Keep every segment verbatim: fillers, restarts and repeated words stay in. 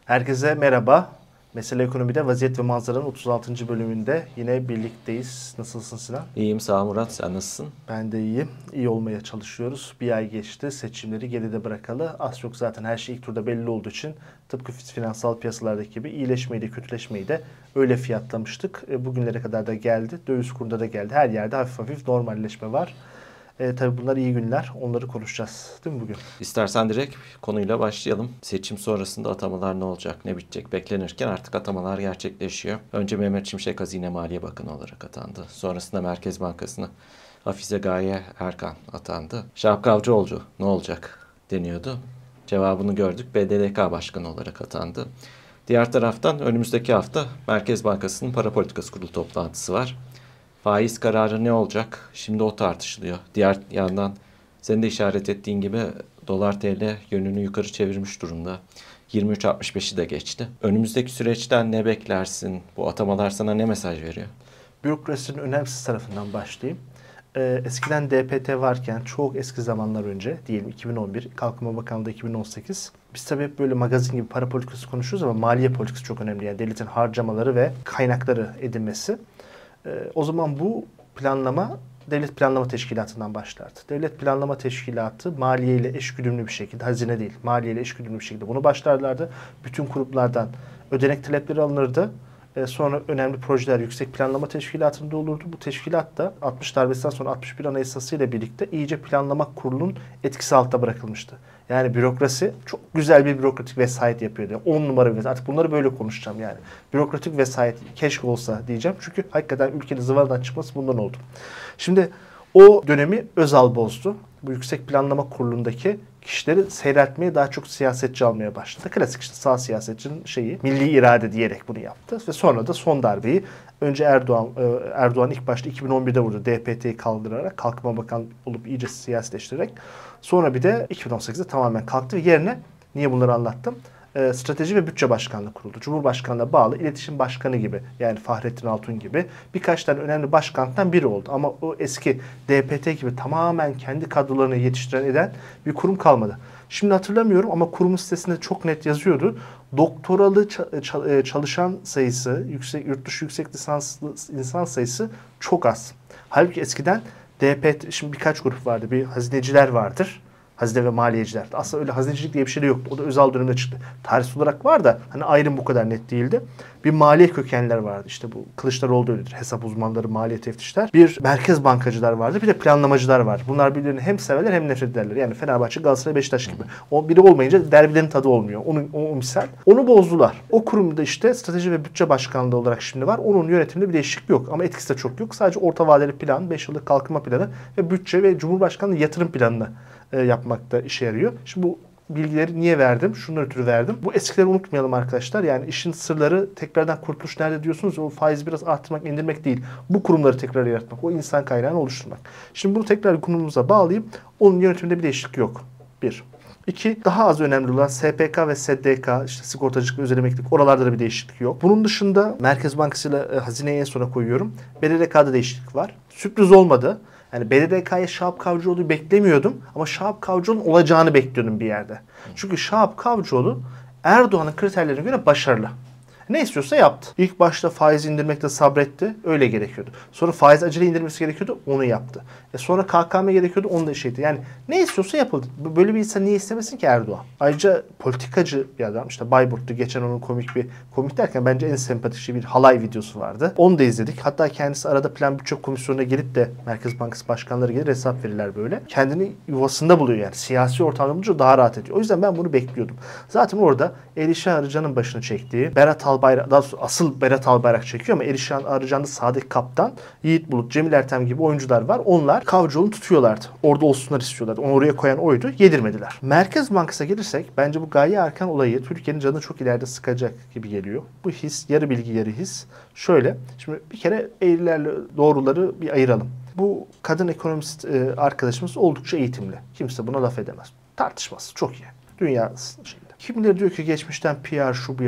Herkese merhaba. Mesele Ekonomi'de Vaziyet ve Manzara'nın otuz altıncı bölümünde yine birlikteyiz. Nasılsın Sinan? İyiyim sağ ol Murat. Sen nasılsın? Ben de iyiyim. İyi olmaya çalışıyoruz. Bir ay geçti. Seçimleri geride bırakalı. Az çok zaten her şey ilk turda belli olduğu için tıpkı finansal piyasalardaki gibi iyileşmeyi de kötüleşmeyi de öyle fiyatlamıştık. Bugünlere kadar da geldi. Döviz kurunda da geldi. Her yerde hafif hafif normalleşme var. E, tabii bunlar iyi günler. Onları konuşacağız değil mi bugün? İstersen direkt konuyla başlayalım. Seçim sonrasında atamalar ne olacak, ne bitecek beklenirken artık atamalar gerçekleşiyor. Önce Mehmet Şimşek Hazine Maliye Bakanı olarak atandı. Sonrasında Merkez Bankası'na Hafize Gaye Erkan atandı. Şahap Kavcıoğlu ne olacak deniyordu. Cevabını gördük. B D D K Başkanı olarak atandı. Diğer taraftan önümüzdeki hafta Merkez Bankası'nın Para Politikası Kurulu toplantısı var. Faiz kararı ne olacak? Şimdi o tartışılıyor. Diğer yandan senin de işaret ettiğin gibi dolar T L yönünü yukarı çevirmiş durumda. yirmi üç altmış beşi de geçti. Önümüzdeki süreçten ne beklersin? Bu atamalar sana ne mesaj veriyor? Bürokrasinin önemsiz tarafından başlayayım. Ee, eskiden D P T varken çok eski zamanlar önce diyelim iki bin on bir, Kalkınma Bakanlığı iki bin on sekiz. Biz tabii hep böyle magazin gibi para politikası konuşuyoruz ama maliye politikası çok önemli. Yani devletin harcamaları ve kaynakları edinmesi. Ee, o zaman bu planlama Devlet Planlama Teşkilatı'ndan başlardı. Devlet Planlama Teşkilatı maliye ile eşgüdümlü bir şekilde, hazine değil, maliye ile eşgüdümlü bir şekilde bunu başlarlardı. Bütün kurumlardan ödenek talepleri alınırdı. Ee, sonra önemli projeler Yüksek Planlama Teşkilatı'nda olurdu. Bu teşkilat da altmış darbesinden sonra altmış bir Anayasası ile birlikte iyice planlama kurulunun etkisi altında bırakılmıştı. Yani bürokrasi çok güzel bir bürokratik vesayet yapıyordu. on numara bir vesayet. Artık bunları böyle konuşacağım yani. Bürokratik vesayet keşke olsa diyeceğim. Çünkü hakikaten ülkenin zıvanadan çıkması bundan oldu. Şimdi o dönemi Özal bozdu. Bu Yüksek Planlama Kurulu'ndaki kişileri seyreltmeye daha çok siyasetçi almaya başladı. Klasik işte sağ siyasetçinin şeyi milli irade diyerek bunu yaptı. Ve sonra da son darbeyi önce Erdoğan Erdoğan ilk başta iki bin on birde vurdu. D P T'yi kaldırarak, Kalkınma Bakanı olup iyice siyasileştirerek. Sonra bir de iki bin on sekizde tamamen kalktı ve yerine, niye bunları anlattım? E, Strateji ve Bütçe Başkanlığı kuruldu. Cumhurbaşkanlığına bağlı İletişim Başkanı gibi, yani Fahrettin Altun gibi birkaç tane önemli başkanlıktan biri oldu. Ama o eski D P T gibi tamamen kendi kadrolarını yetiştiren eden bir kurum kalmadı. Şimdi hatırlamıyorum ama kurumun sitesinde çok net yazıyordu. Doktoralı çalışan sayısı, yüksek yurt dışı yüksek lisanslı insan sayısı çok az. Halbuki eskiden D P T, şimdi birkaç grup vardı. Bir hazineciler vardır. Hazine ve maliyeciler. Aslında öyle hazinecilik diye bir şey de yoktu. O da Özal döneminde çıktı. Tarihsel olarak var da hani ayrım bu kadar net değildi. Bir maliye kökenler vardı. İşte bu Kılıçdaroğlu da öyledir. Hesap uzmanları, maliye teftişler. Bir merkez bankacılar vardı. Bir de planlamacılar vardı. Bunlar birbirlerini hem severler hem nefret ederler. Yani Fenerbahçe, Galatasaray, Beşiktaş gibi. O biri olmayınca derbilerin tadı olmuyor. Onun, o, o misal. Onu bozdular. O kurumda işte Strateji ve Bütçe Başkanlığı olarak şimdi var. Onun yönetiminde bir değişiklik yok. Ama etkisi de çok yok. Sadece orta vadeli plan, beş yıllık kalkınma planı ve bütçe ve Cumhurbaşkanlığı yatırım planını e, yapmakta işe yarıyor. Şimdi bu bilgileri niye verdim? Şundan ötürü verdim. Bu eskileri unutmayalım arkadaşlar. Yani işin sırları tekrardan kurtuluş nerede diyorsunuz? O faizi biraz arttırmak, indirmek değil. Bu kurumları tekrar yaratmak. O insan kaynağını oluşturmak. Şimdi bunu tekrar konumuza bağlayayım. Onun yönetiminde bir değişiklik yok. Bir. İki, daha az önemli olan S P K ve S D K, işte sigortacılık ve özel emeklilik, oralarda da bir değişiklik yok. Bunun dışında Merkez Bankası ile e, hazineyi en sona koyuyorum. B D D K'da değişiklik var. Sürpriz olmadı. Yani B D D K'ya Şahap Kavcıoğlu'yu beklemiyordum ama Şahap Kavcıoğlu'nun olacağını bekliyordum bir yerde. Çünkü Şahap Kavcıoğlu Erdoğan'ın kriterlerine göre başarılı. Ne istiyorsa yaptı. İlk başta faiz indirmekte sabretti. Öyle gerekiyordu. Sonra faiz acele indirmesi gerekiyordu. Onu yaptı. E sonra K K M gerekiyordu. Onu da şeydi. Yani ne istiyorsa yapıldı. Böyle bir insan niye istemesin ki Erdoğan? Ayrıca politikacı bir adam. İşte Bayburt'tu. Geçen onun komik bir, komik derken bence en sempatik şey bir halay videosu vardı. Onu da izledik. Hatta kendisi arada Plan Bütçe Komisyonu'na gelip de Merkez Bankası başkanları gelir hesap verirler böyle. Kendini yuvasında buluyor yani. Siyasi ortamda bulunca daha rahat ediyor. O yüzden ben bunu bekliyordum. Zaten orada Elişan Arıcan'ın başını çektiği, Berat Albayrak, daha doğrusu asıl Berat Albayrak çekiyor ama Elişan Arıcan'da Sadık Kaptan, Yiğit Bulut, Cemil Ertem gibi oyuncular var. Onlar Kavcıoğlu'nu tutuyorlardı. Orada olsunlar istiyorlardı. Onu oraya koyan oydu. Yedirmediler. Merkez Bankası'na gelirsek bence bu Gaye Erkan olayı Türkiye'nin canını çok ileride sıkacak gibi geliyor. Bu his, yarı bilgi yarı his. Şöyle, şimdi bir kere eğrilerle doğruları bir ayıralım. Bu kadın ekonomist e, arkadaşımız oldukça eğitimli. Kimse buna laf edemez. Tartışması çok iyi. Dünya şeyinde. Kimileri diyor ki geçmişten P R şu bu yapılmış.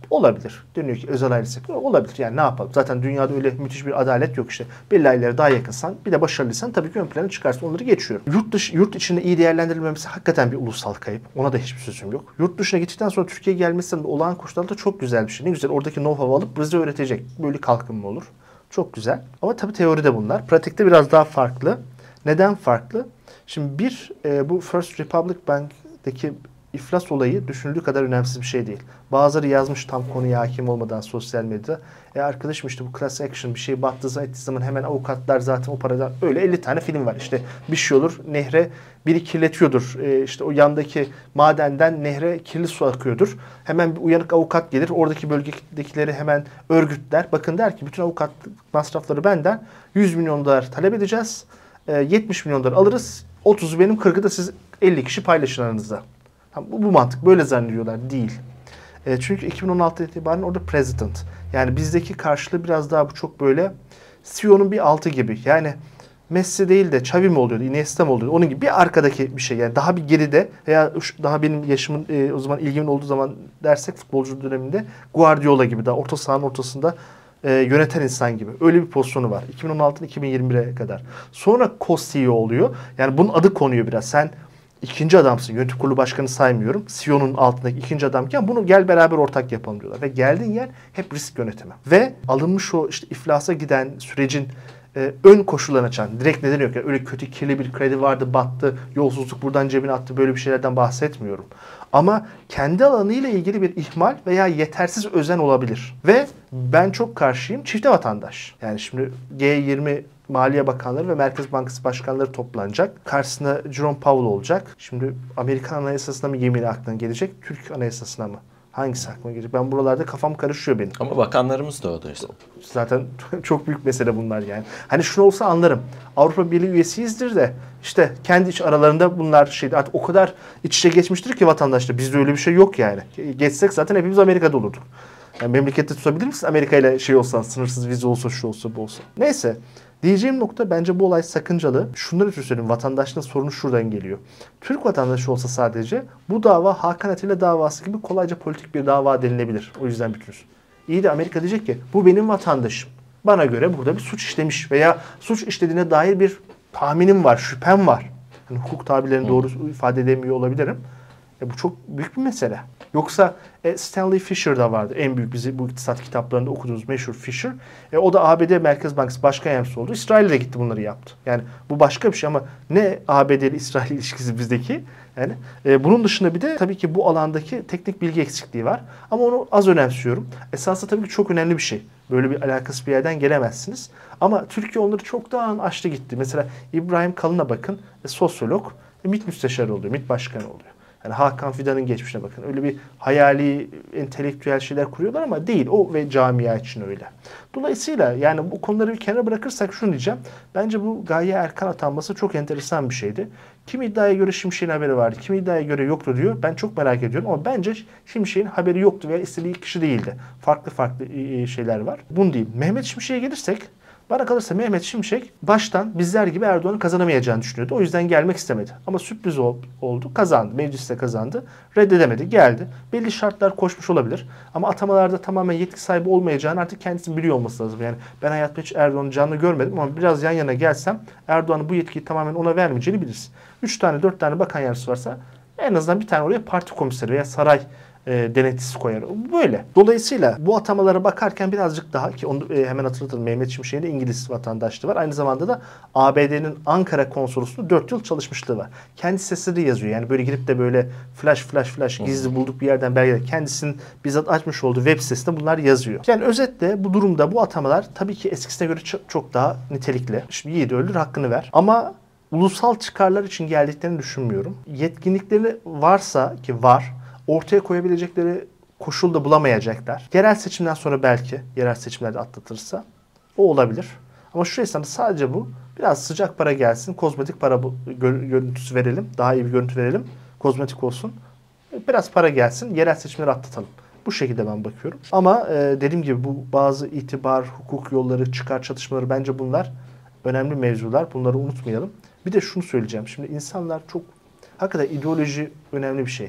Olabilir. Deniyor ki özel aile sektörü olabilir. Yani ne yapalım? Zaten dünyada öyle müthiş bir adalet yok işte. Belli ailelere daha yakınsan, bir de başarılıysan tabii ki ön plana çıkarsın. Onları geçiyorum. Yurt dışı, yurt içinde iyi değerlendirilmemesi hakikaten bir ulusal kayıp. Ona da hiçbir sözüm yok. Yurt dışına gittikten sonra Türkiye'ye gelmesi de olağan koşullarda çok güzel bir şey. Ne güzel oradaki know-how alıp bize öğretecek. Böyle kalkınma olur. Çok güzel. Ama tabii teoride bunlar. Pratikte biraz daha farklı. Neden farklı? Şimdi bir, e, bu First Republic Bank'teki iflas olayı düşünüldüğü kadar önemsiz bir şey değil. Bazıları yazmış tam konuya hakim olmadan sosyal medyada. E arkadaşım işte bu class action bir şey battığı zaman, ettiği zaman hemen avukatlar zaten o paradan öyle elli tane film var. İşte bir şey olur nehre biri kirletiyordur. E işte o yandaki madenden nehre kirli su akıyordur. Hemen bir uyanık avukat gelir. Oradaki bölgedekileri hemen örgütler. Bakın der ki bütün avukat masrafları benden yüz milyon dolar talep edeceğiz. E yetmiş milyon dolar alırız. otuzu benim, kırkı da siz elli kişi paylaşın aranızda. Bu, bu mantık. Böyle zannediyorlar. Değil. E, çünkü iki bin on altı itibaren orada president. Yani bizdeki karşılığı biraz daha bu çok böyle C E O'nun bir altı gibi. Yani Messi değil de Xavi mi oluyordu, Iniesta mı oluyordu? Onun gibi bir arkadaki bir şey. Yani daha bir geride veya daha benim yaşımın e, o zaman ilgimin olduğu zaman dersek futbolcu döneminde Guardiola gibi daha orta sahanın ortasında e, yöneten insan gibi. Öyle bir pozisyonu var. iki bin on altıdan iki bin yirmi bire kadar. Sonra co-C E O oluyor. Yani bunun adı konuyor biraz. Sen İkinci adamsın. Yönetim kurulu başkanı saymıyorum. C E O'nun altındaki ikinci adamken bunu gel beraber ortak yapalım diyorlar. Ve geldiğin yer hep risk yönetimi. Ve alınmış o işte iflasa giden sürecin e, ön koşullarını açan, direkt neden yok. Yani öyle kötü kirli bir kredi vardı, battı, yolsuzluk buradan cebine attı, böyle bir şeylerden bahsetmiyorum. Ama kendi alanıyla ilgili bir ihmal veya yetersiz özen olabilir. Ve ben çok karşıyım çifte vatandaş. Yani şimdi G yirmi Maliye Bakanları ve Merkez Bankası Başkanları toplanacak. Karşısında Jerome Powell olacak. Şimdi Amerikan Anayasası'na mı yemin aklına gelecek, Türk Anayasası'na mı? Hangisi aklıma gelecek? Ben buralarda kafam karışıyor benim. Ama bakanlarımız da o da işte. Zaten çok büyük mesele bunlar yani. Hani şunu olsa anlarım. Avrupa Birliği üyesiyizdir de işte kendi iç aralarında bunlar şey artık o kadar iç içe geçmiştir ki vatandaşlar. Bizde öyle bir şey yok yani. Geçsek zaten hepimiz Amerika'da olurduk. Yani memlekette tutabilir misin? Amerika ile şey olsan, sınırsız vize olsa, şu olsa, bu olsa. Neyse. Diyeceğim nokta bence bu olay sakıncalı. Şunları için söyleyeyim. Vatandaşlığın sorunu şuradan geliyor. Türk vatandaşı olsa sadece bu dava Hakan Atilla davası gibi kolayca politik bir dava denilebilir. O yüzden bitiririz. İyi de Amerika diyecek ki bu benim vatandaşım. Bana göre burada bir suç işlemiş veya suç işlediğine dair bir tahminim var, şüphem var. Yani hukuk tabirlerini doğru ifade edemiyor olabilirim. E bu çok büyük bir mesele. Yoksa e, Stanley Fischer da vardı. En büyük bizi bu iktisat kitaplarında okuduğumuz meşhur Fischer. E, o da A B D Merkez Bankası Başkan Yardımcısı oldu. İsrail'e de gitti bunları yaptı. Yani bu başka bir şey ama ne A B D ile İsrail ilişkisi bizdeki. Yani e, bunun dışında bir de tabii ki bu alandaki teknik bilgi eksikliği var. Ama onu az önemsiyorum. Esasında tabii ki çok önemli bir şey. Böyle bir alakası bir yerden gelemezsiniz. Ama Türkiye onları çoktan aştı gitti. Mesela İbrahim Kalın'a bakın. E, sosyolog. E, MİT müsteşarı oluyor. MİT başkanı oluyor. Yani Hakan Fidan'ın geçmişine bakın. Öyle bir hayali, entelektüel şeyler kuruyorlar ama değil. O ve camia için öyle. Dolayısıyla yani bu konuları bir kenara bırakırsak şunu diyeceğim. Bence bu Gaye Erkan atanması çok enteresan bir şeydi. Kim iddiaya göre Şimşek'in haberi vardı, kim iddiaya göre yoktu diyor. Ben çok merak ediyorum ama bence Şimşek'in haberi yoktu veya istediği kişi değildi. Farklı farklı şeyler var. Bunu diyeyim. Mehmet Şimşek'e gelirsek, bana kalırsa Mehmet Şimşek baştan bizler gibi Erdoğan'ın kazanamayacağını düşünüyordu. O yüzden gelmek istemedi. Ama sürpriz oldu. Kazandı. Mecliste kazandı. Reddedemedi. Geldi. Belli şartlar koşmuş olabilir. Ama atamalarda tamamen yetki sahibi olmayacağını artık kendisinin biliyor olması lazım. Yani ben hayatımda hiç Erdoğan'ın canlı görmedim ama biraz yan yana gelsem Erdoğan'ın bu yetkiyi tamamen ona vermeyeceğini biliriz. Üç tane dört tane bakan yardımcısı varsa en azından bir tane oraya parti komiseri veya saray E, denetçisi koyar. Böyle. Dolayısıyla bu atamalara bakarken birazcık daha ki onu e, hemen hatırlatalım. Mehmet Şimşek'in de İngiliz vatandaşlığı var. Aynı zamanda da A B D'nin Ankara konsolosluğu dört yıl çalışmışlığı var. Kendi sesleri yazıyor. Yani böyle girip de böyle flash flash flash gizli bulduk bir yerden belgeler. Kendisinin bizzat açmış olduğu web sitesinde bunlar yazıyor. Yani özetle bu durumda bu atamalar tabii ki eskisine göre çok, çok daha nitelikli. Şimdi yiğidi öldür hakkını ver. Ama ulusal çıkarlar için geldiklerini düşünmüyorum. Yetkinlikleri varsa ki var, ortaya koyabilecekleri koşul da bulamayacaklar. Yerel seçimden sonra belki, yerel seçimlerde atlatırsa o olabilir. Ama şu esnada sadece bu. Biraz sıcak para gelsin, kozmetik para bu, görüntüsü verelim. Daha iyi bir görüntü verelim. Kozmetik olsun. Biraz para gelsin, yerel seçimleri atlatalım. Bu şekilde ben bakıyorum. Ama e, dediğim gibi bu bazı itibar, hukuk yolları, çıkar çatışmaları bence bunlar önemli mevzular. Bunları unutmayalım. Bir de şunu söyleyeceğim. Şimdi insanlar çok, hakikaten ideoloji önemli bir şey.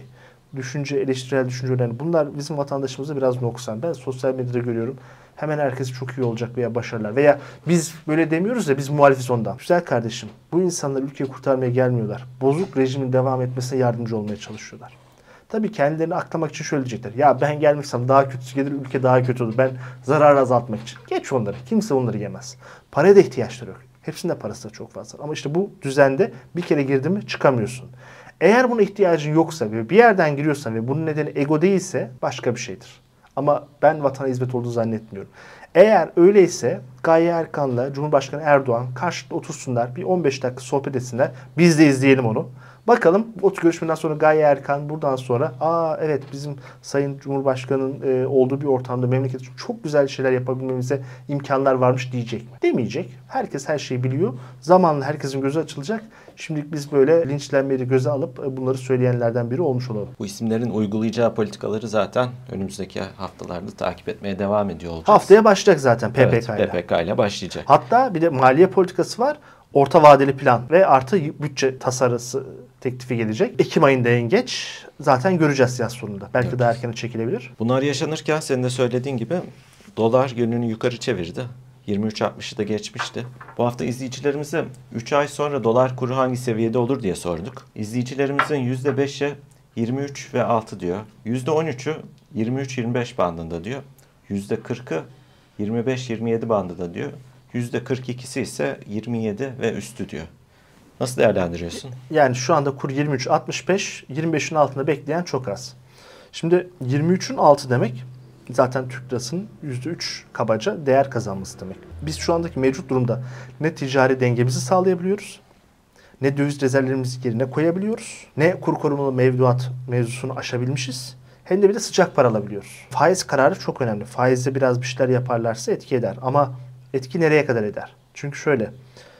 düşünce, eleştirel düşünce önemli. Bunlar bizim vatandaşımızda biraz noksan. Ben sosyal medyada görüyorum. Hemen herkes çok iyi olacak veya başarılar. Veya biz böyle demiyoruz ya, biz muhalifiz ondan. Güzel kardeşim, bu insanlar ülkeyi kurtarmaya gelmiyorlar. Bozuk rejimin devam etmesine yardımcı olmaya çalışıyorlar. Tabii kendilerini aklamak için şöyle diyecekler. Ya ben gelmişsem daha kötüsü gelir, ülke daha kötü olur. Ben zararı azaltmak için. Geç onları. Kimse onları yemez. Paraya da ihtiyaçları yok. Hepsinde parası da çok fazla. Ama işte bu düzende bir kere girdin mi çıkamıyorsun. Eğer buna ihtiyacın yoksa ve bir yerden giriyorsan ve bunun nedeni ego değilse başka bir şeydir. Ama ben vatana hizmet olduğunu zannetmiyorum. Eğer öyleyse Gaye Erkan'la Cumhurbaşkanı Erdoğan karşılıklı otursunlar. Bir on beş dakika sohbet etsinler. Biz de izleyelim onu. Bakalım o görüşmeden sonra Gaye Erkan buradan sonra aa evet bizim Sayın Cumhurbaşkanı'nın e, olduğu bir ortamda memleket için çok güzel şeyler yapabilmemize imkanlar varmış diyecek mi? Demeyecek. Herkes her şeyi biliyor. Zamanla herkesin gözü açılacak. Şimdilik biz böyle linçlenmeyi göze alıp e, bunları söyleyenlerden biri olmuş olalım. Bu isimlerin uygulayacağı politikaları zaten önümüzdeki haftalarda takip etmeye devam ediyor olacağız. Haftaya başlayacak zaten P P K ile. Evet, P P K ile başlayacak. Hatta bir de maliye politikası var. Orta vadeli plan ve artı bütçe tasarısı teklifi gelecek. Ekim ayında en geç. Zaten göreceğiz siyasi sonunda. Belki evet. daha erken çekilebilir. Bunlar yaşanırken senin de söylediğin gibi dolar yönünü yukarı çevirdi. yirmi üç altmışı da geçmişti. Bu hafta izleyicilerimize üç ay sonra dolar kuru hangi seviyede olur diye sorduk. İzleyicilerimizin yüzde beşi yirmi üç ve altı diyor. yüzde on üçü yirmi üç yirmi beş bandında diyor. yüzde kırkı yirmi beş yirmi yedi bandında diyor. yüzde kırk ikisi ise yirmi yedi ve üstü diyor. Nasıl değerlendiriyorsun? Yani şu anda kur yirmi üç altmış beş, yirmi beşin altında bekleyen çok az. Şimdi yirmi üçün altı demek zaten Türk lirasının yüzde üç kabaca değer kazanması demek. Biz şu andaki mevcut durumda ne ticari dengemizi sağlayabiliyoruz, ne döviz rezervlerimizi yerine koyabiliyoruz, ne kur korumalı mevduat mevzusunu aşabilmişiz. Hem de bir de sıcak para alabiliyoruz. Faiz kararı çok önemli. Faizde biraz bir şeyler yaparlarsa etki eder. Ama etki nereye kadar eder? Çünkü şöyle,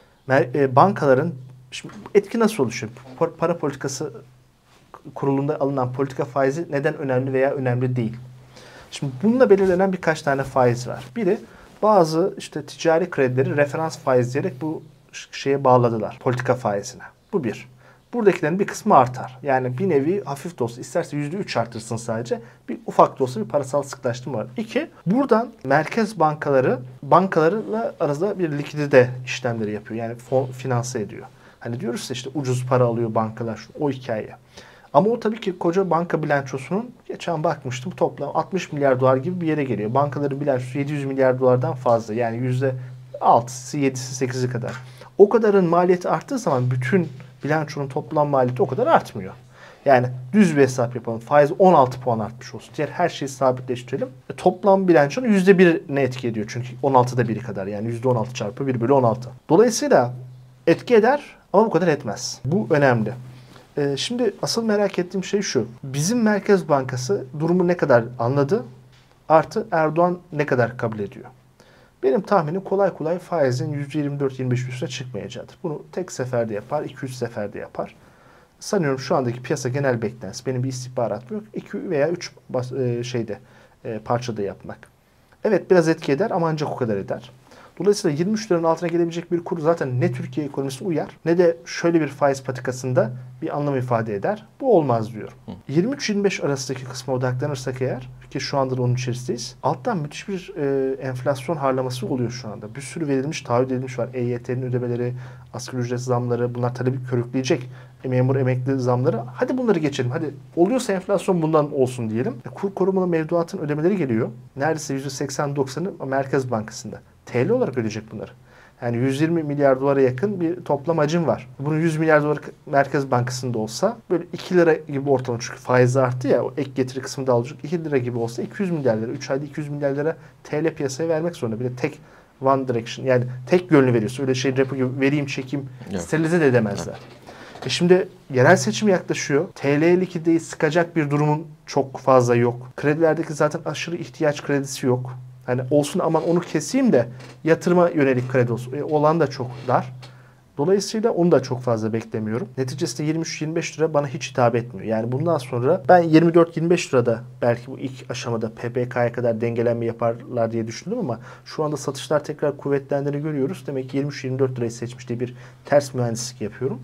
bankaların, şimdi etki nasıl oluşuyor? Para politikası kurulunda alınan politika faizi neden önemli veya önemli değil? Şimdi bununla belirlenen birkaç tane faiz var. Biri, bazı işte ticari kredileri referans faiz diyerek bu şeye bağladılar. Politika faizine. Bu bir. Buradakilerin bir kısmı artar. Yani bir nevi hafif de olsa, isterse yüzde üç artırsın sadece. Bir ufak da olsa bir parasal sıklaştırma var. İki, buradan merkez bankaları bankalarla arasında bir likidite işlemleri yapıyor. Yani fon, finanse ediyor. Hani diyoruz ya işte ucuz para alıyor bankalar, o hikaye. Ama o tabii ki koca banka bilançosunun, geçen bakmıştım, toplam altmış milyar dolar gibi bir yere geliyor. Bankaların bilançosu yedi yüz milyar dolardan fazla. Yani yüzde altısı, yedisi, sekizi kadar. O kadarın maliyeti arttığı zaman bütün bilançonun toplam maliyeti o kadar artmıyor. Yani düz bir hesap yapalım. Faiz on altı puan artmış olsun. Diğer her şeyi sabitleştirelim. E, toplam bilançonun yüzde birine etki ediyor. Çünkü on altıda biri kadar. Yani yüzde on altı çarpı bir bölü on altı. Dolayısıyla etki eder ama bu kadar etmez. Bu önemli. E, şimdi asıl merak ettiğim şey şu. Bizim Merkez Bankası durumu ne kadar anladı? Artı Erdoğan ne kadar kabul ediyor? Benim tahminim kolay kolay faizin yüzde yirmi dört yirmi beş üstüne çıkmayacaktır. Bunu tek seferde yapar, iki üç seferde yapar. Sanıyorum şu andaki piyasa genel beklentisi, benim bir istihbaratım yok, iki veya üç şeyde parçada yapmak. Evet biraz etki eder ama ancak o kadar eder. Dolayısıyla yirmi üç liranın altına gelebilecek bir kur zaten ne Türkiye ekonomisine uyar ne de şöyle bir faiz patikasında bir anlam ifade eder. Bu olmaz diyorum. yirmi üç yirmi beş arasındaki kısma odaklanırsak eğer, ki şu anda da onun içerisindeyiz. Alttan müthiş bir e, enflasyon harlaması oluyor şu anda. Bir sürü verilmiş, taahhüt edilmiş var. E Y T'nin ödemeleri, asgari ücret zamları, bunlar talebi körükleyecek. E, memur emekli zamları. Hadi bunları geçelim. Hadi oluyorsa enflasyon bundan olsun diyelim. E, kur korumalı mevduatın ödemeleri geliyor. Neredeyse yüzde seksen doksanı Merkez Bankası'nda. T L olarak ödeyecek bunları. Yani yüz yirmi milyar dolara yakın bir toplam hacim var. Bunun yüz milyar dolar Merkez Bankası'nda olsa böyle iki lira gibi ortalama, çünkü faiz arttı ya, o ek getiri kısmı da alacak. iki lira gibi olsa iki yüz milyar lira, üç ayda iki yüz milyar lira T L piyasaya vermek zorunda. Bir de tek one direction, yani tek yönlü veriyorsun. Öyle şey repo gibi vereyim çekeyim evet. sterilize de edemezler. Evet. E şimdi yerel seçim yaklaşıyor. T L likideyi sıkacak bir durumun çok fazla yok. Kredilerdeki zaten aşırı ihtiyaç kredisi yok. Hani olsun aman onu keseyim de yatırıma yönelik kredi olsun. E, olan da çok dar. Dolayısıyla onu da çok fazla beklemiyorum. Neticesinde yirmi üç yirmi beş lira bana hiç hitap etmiyor. Yani bundan sonra ben yirmi dört yirmi beş lirada belki bu ilk aşamada P P K'ya kadar dengelenme yaparlar diye düşündüm ama şu anda satışlar tekrar kuvvetlendiğini görüyoruz. Demek ki yirmi üç yirmi dört lirayı seçmiş diye bir ters mühendislik yapıyorum.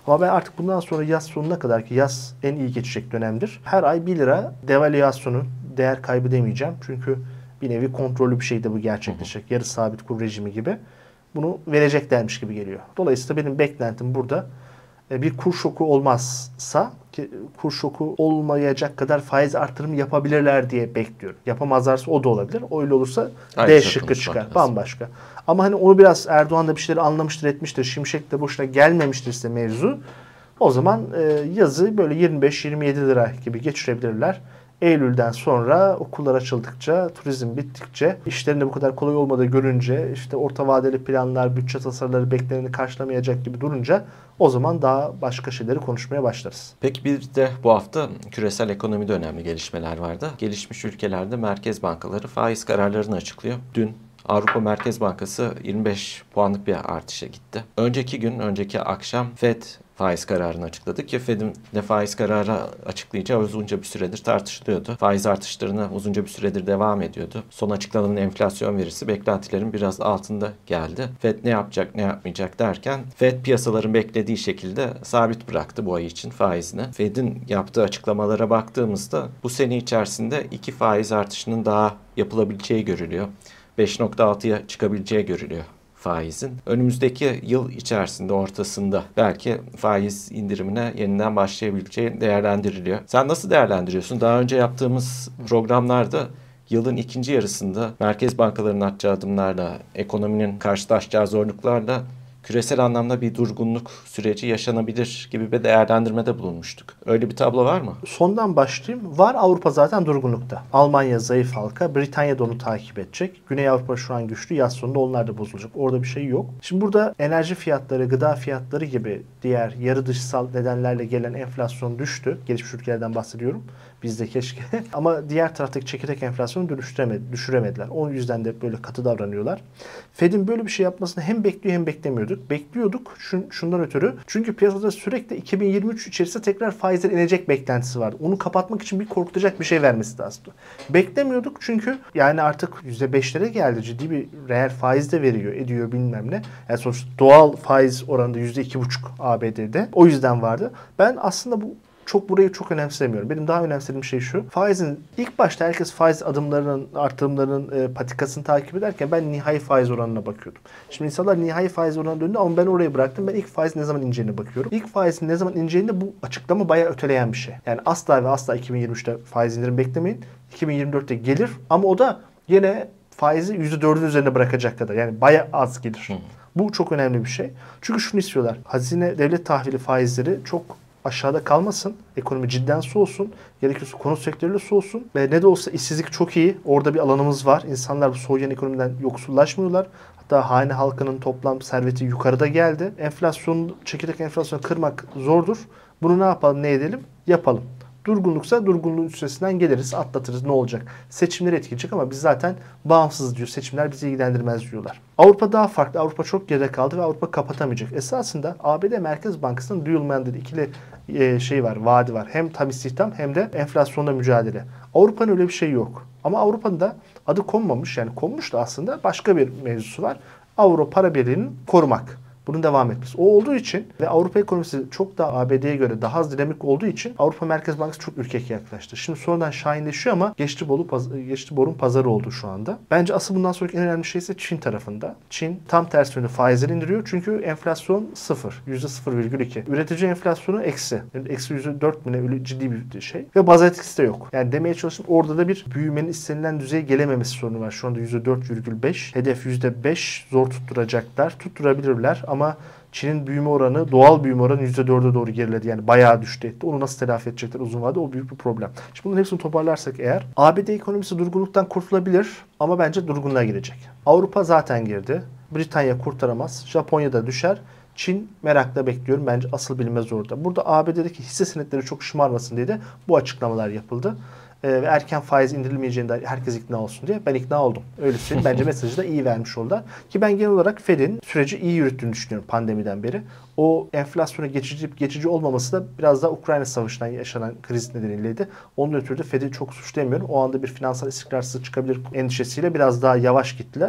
Ama ben artık bundan sonra yaz sonuna kadar ki yaz en iyi geçecek dönemdir. Her ay bir lira devalüasyonu, değer kaybı demeyeceğim. Çünkü bir nevi kontrollü bir şey de bu gerçekleşecek. Yarı sabit kur rejimi gibi. Bunu vereceklermiş gibi geliyor. Dolayısıyla benim beklentim burada bir kur şoku olmazsa, ki kur şoku olmayacak kadar faiz artırımı yapabilirler diye bekliyorum. Yapamazlarsa o da olabilir. Öyle olursa Aynı D şey şıkkı çıkar. lazım. Bambaşka. Ama hani onu biraz Erdoğan da bir şeyleri anlamıştır, etmiştir. Şimşek de boşuna gelmemiştirse mevzu. O zaman e, yazı böyle yirmi beş yirmi yedi lira gibi geçirebilirler. Eylül'den sonra okullar açıldıkça, turizm bittikçe, işlerin de bu kadar kolay olmadığı görünce, işte orta vadeli planlar, bütçe tasarıları bekleneni karşılamayacak gibi durunca o zaman daha başka şeyleri konuşmaya başlarız. Peki bir de bu hafta küresel ekonomide önemli gelişmeler vardı. Gelişmiş ülkelerde merkez bankaları faiz kararlarını açıklıyor. Dün Avrupa Merkez Bankası yirmi beş puanlık bir artışa gitti. Önceki gün, önceki akşam Fed faiz kararını açıkladı ki Fed'in de faiz kararı açıklayacağı uzunca bir süredir tartışılıyordu. Faiz artışlarına uzunca bir süredir devam ediyordu. Son açıklanan enflasyon verisi beklentilerin biraz altında geldi. Fed ne yapacak, ne yapmayacak derken Fed piyasaların beklediği şekilde sabit bıraktı bu ay için faizini. Fed'in yaptığı açıklamalara baktığımızda bu sene içerisinde iki faiz artışının daha yapılabileceği görülüyor. beş nokta altıya çıkabileceği görülüyor faizin. Önümüzdeki yıl içerisinde, ortasında belki faiz indirimine yeniden başlayabileceği değerlendiriliyor. Sen nasıl değerlendiriyorsun? Daha önce yaptığımız programlarda yılın ikinci yarısında merkez bankalarının atacağı adımlarla, ekonominin karşılaşacağı zorluklarla küresel anlamda bir durgunluk süreci yaşanabilir gibi bir değerlendirmede bulunmuştuk. Öyle bir tablo var mı? Sondan başlayayım. Var, Avrupa zaten durgunlukta. Almanya zayıf halka, Britanya da onu takip edecek. Güney Avrupa şu an güçlü, yaz sonunda onlar da bozulacak. Orada bir şey yok. Şimdi burada enerji fiyatları, gıda fiyatları gibi diğer yarı dışsal nedenlerle gelen enflasyon düştü. Gelişmiş ülkelerden bahsediyorum. Bizde keşke. Ama diğer taraftaki çekirdek enflasyonu dönüştüremedi, düşüremediler. O yüzden de böyle katı davranıyorlar. Fed'in böyle bir şey yapmasını hem bekliyor hem beklemiyorduk. Bekliyorduk şun, şundan ötürü. Çünkü piyasada sürekli iki bin yirmi üç içerisinde tekrar faizler inecek beklentisi vardı. Onu kapatmak için bir korkutacak bir şey vermesi lazım. Beklemiyorduk çünkü yani artık yüzde beşlere geldi. Ciddi bir reel faiz de veriyor, ediyor bilmem ne. Yani sonuçta doğal faiz oranında yüzde iki buçuk A B D'de. O yüzden vardı. Ben aslında bu Çok burayı çok önemsemiyorum. Benim daha önemsediğim şey şu. Faizin ilk başta herkes faiz adımlarının, artımlarının e, patikasını takip ederken ben nihai faiz oranına bakıyordum. Şimdi insanlar nihai faiz oranına döndü ama ben orayı bıraktım. Ben ilk faiz ne zaman ineceğine bakıyorum. İlk faizin ne zaman ineceğini bu açıklama bayağı öteleyen bir şey. Yani asla ve asla iki bin yirmi üçte faiz indirim beklemeyin. iki bin yirmi dörtte gelir ama o da yine faizi yüzde dördün üzerine bırakacak kadar. Yani bayağı az gelir. Hı. Bu çok önemli bir şey. Çünkü şunu istiyorlar. Hazine devlet tahvili faizleri çok aşağıda kalmasın. Ekonomi cidden soğusun. Gerekirse konut sektörüyle soğusun. Ve ne de olsa işsizlik çok iyi. Orada bir alanımız var. İnsanlar bu soğuyan ekonomiden yoksullaşmıyorlar. Hatta hane halkının toplam serveti yukarıda geldi. Enflasyon, çekirdek enflasyonu kırmak zordur. Bunu ne yapalım, ne edelim? Yapalım. Durgunluksa durgunluğun üstesinden geliriz, atlatırız, ne olacak? Seçimleri etkileyecek ama biz zaten bağımsız diyor. Seçimler bizi ilgilendirmez diyorlar. Avrupa daha farklı. Avrupa çok geride kaldı ve Avrupa kapatamayacak. Esasında A B D Merkez Bankası'nın duyulmayan dedi ikili e, şey var, vaadi var. Hem tam istihdam hem de enflasyonla mücadele. Avrupa'nın öyle bir şey yok. Ama Avrupa'nın da adı konmamış, yani konmuş da aslında başka bir mevzusu var. Avro para birliğini korumak. Bunun devam etmesi. O olduğu için ve Avrupa ekonomisi çok daha A B D'ye göre daha az dinamik olduğu için Avrupa Merkez Bankası çok ürkek yaklaştı. Şimdi sonradan şahinleşiyor ama geçti boru geçti borun pazarı oldu şu anda. Bence asıl bundan sonraki en önemli şey ise Çin tarafında. Çin tam tersi yönde faizleri indiriyor çünkü enflasyon sıfır. yüzde sıfır virgül iki. Üretici enflasyonu eksi. Yani eksi yüzde dört bine öyle ciddi bir şey. Ve baz etkisi de yok. Yani demeye çalıştım orada da bir büyümenin istenilen düzeye gelememesi sorunu var. Şu anda yüzde dört virgül beş. Hedef yüzde beş zor tutturacaklar. Tutturabilirler ama Çin'in büyüme oranı, doğal büyüme oranı yüzde dörde doğru geriledi. Yani bayağı düştü etti. Onu nasıl telafi edecekler uzun vadede? O büyük bir problem. Şimdi bunların hepsini toparlarsak eğer A B D ekonomisi durgunluktan kurtulabilir ama bence durgunluğa girecek. Avrupa zaten girdi. Britanya kurtaramaz. Japonya da düşer. Çin merakla bekliyorum. Bence asıl bilinmez orada. Burada A B D'deki hisse senetleri çok şımarmasın diye de bu açıklamalar yapıldı. Ve erken faiz indirilmeyeceğinden herkes ikna olsun diye. Ben ikna oldum. Öyle söyleyeyim. Bence mesajı da iyi vermiş oldular. Ki ben genel olarak Fed'in süreci iyi yürüttüğünü düşünüyorum pandemiden beri. O enflasyona geçici geçici olmaması da biraz daha Ukrayna Savaşı'ndan yaşanan kriz nedeniyleydi. Onun ötürü de Fed'i çok suçlayamıyorum. O anda bir finansal istikrarsızlık çıkabilir endişesiyle biraz daha yavaş gittiler.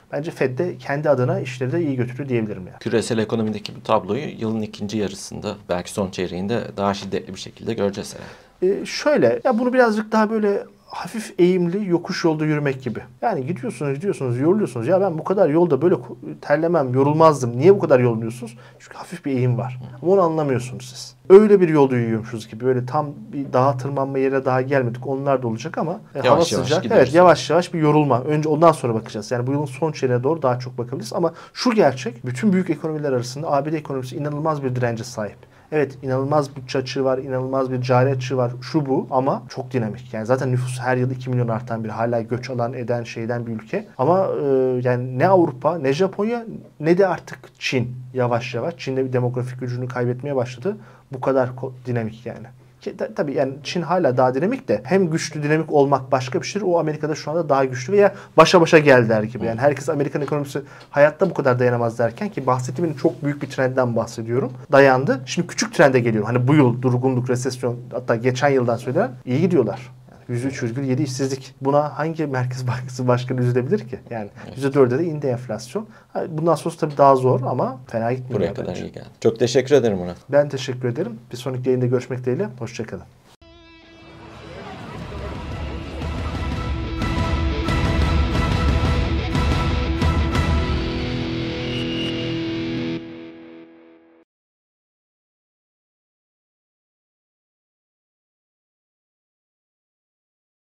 Bence Fed de kendi adına işleri de iyi götürüyor diyebilirim yani. Küresel ekonomideki bu tabloyu yılın ikinci yarısında, belki son çeyreğinde daha şiddetli bir şekilde göreceğiz herhalde. Ee, şöyle, ya bunu birazcık daha böyle hafif eğimli yokuş yolda yürümek gibi. Yani gidiyorsunuz gidiyorsunuz yoruluyorsunuz. Ya ben bu kadar yolda böyle terlemem, yorulmazdım. Niye bu kadar yoruluyorsunuz? Çünkü hafif bir eğim var. Ama onu anlamıyorsunuz siz. Öyle bir yolda yürüyormuşuz gibi. Böyle tam bir dağa tırmanma yerine daha gelmedik. Onlar da olacak ama yavaş hava yavaş sıcak. gidiyoruz. Evet, yavaş yavaş bir yorulma. Önce ondan sonra bakacağız. Yani bu yılın son çeyreğine doğru daha çok bakabiliriz. Ama şu gerçek, bütün büyük ekonomiler arasında A B D ekonomisi inanılmaz bir dirence sahip. Evet, inanılmaz bütçe açığı var, inanılmaz bir cari açığı var, şu bu ama çok dinamik. Yani zaten nüfus her yıl iki milyon artan bir, hala göç alan eden şeyden bir ülke. Ama e, yani ne Avrupa, ne Japonya, ne de artık Çin yavaş yavaş. Çin'de bir demografik gücünü kaybetmeye başladı. Bu kadar dinamik yani. Ki, ta, tabii yani Çin hala daha dinamik de hem güçlü dinamik olmak başka bir şey. O Amerika'da şu anda daha güçlü veya başa başa geldiler gibi. Yani herkes Amerikan ekonomisi hayatta bu kadar dayanamaz derken ki bahsettiğimin çok büyük bir trendden bahsediyorum. Dayandı. Şimdi küçük trende geliyor. Hani bu yıl durgunluk, resesyon, hatta geçen yıldan söylenen iyi gidiyorlar. yüz üç virgül yedi işsizlik. Buna hangi Merkez Bankası başkanı üzülebilir ki? Yani evet. yüzde dörde de indi enflasyon. Bundan sonrası tabii daha zor ama fena gitmiyor. Buraya kadar bence. iyi geldi. Çok teşekkür ederim Murat. Ben teşekkür ederim. Bir sonraki yayında görüşmek dileğiyle. Hoşçakalın.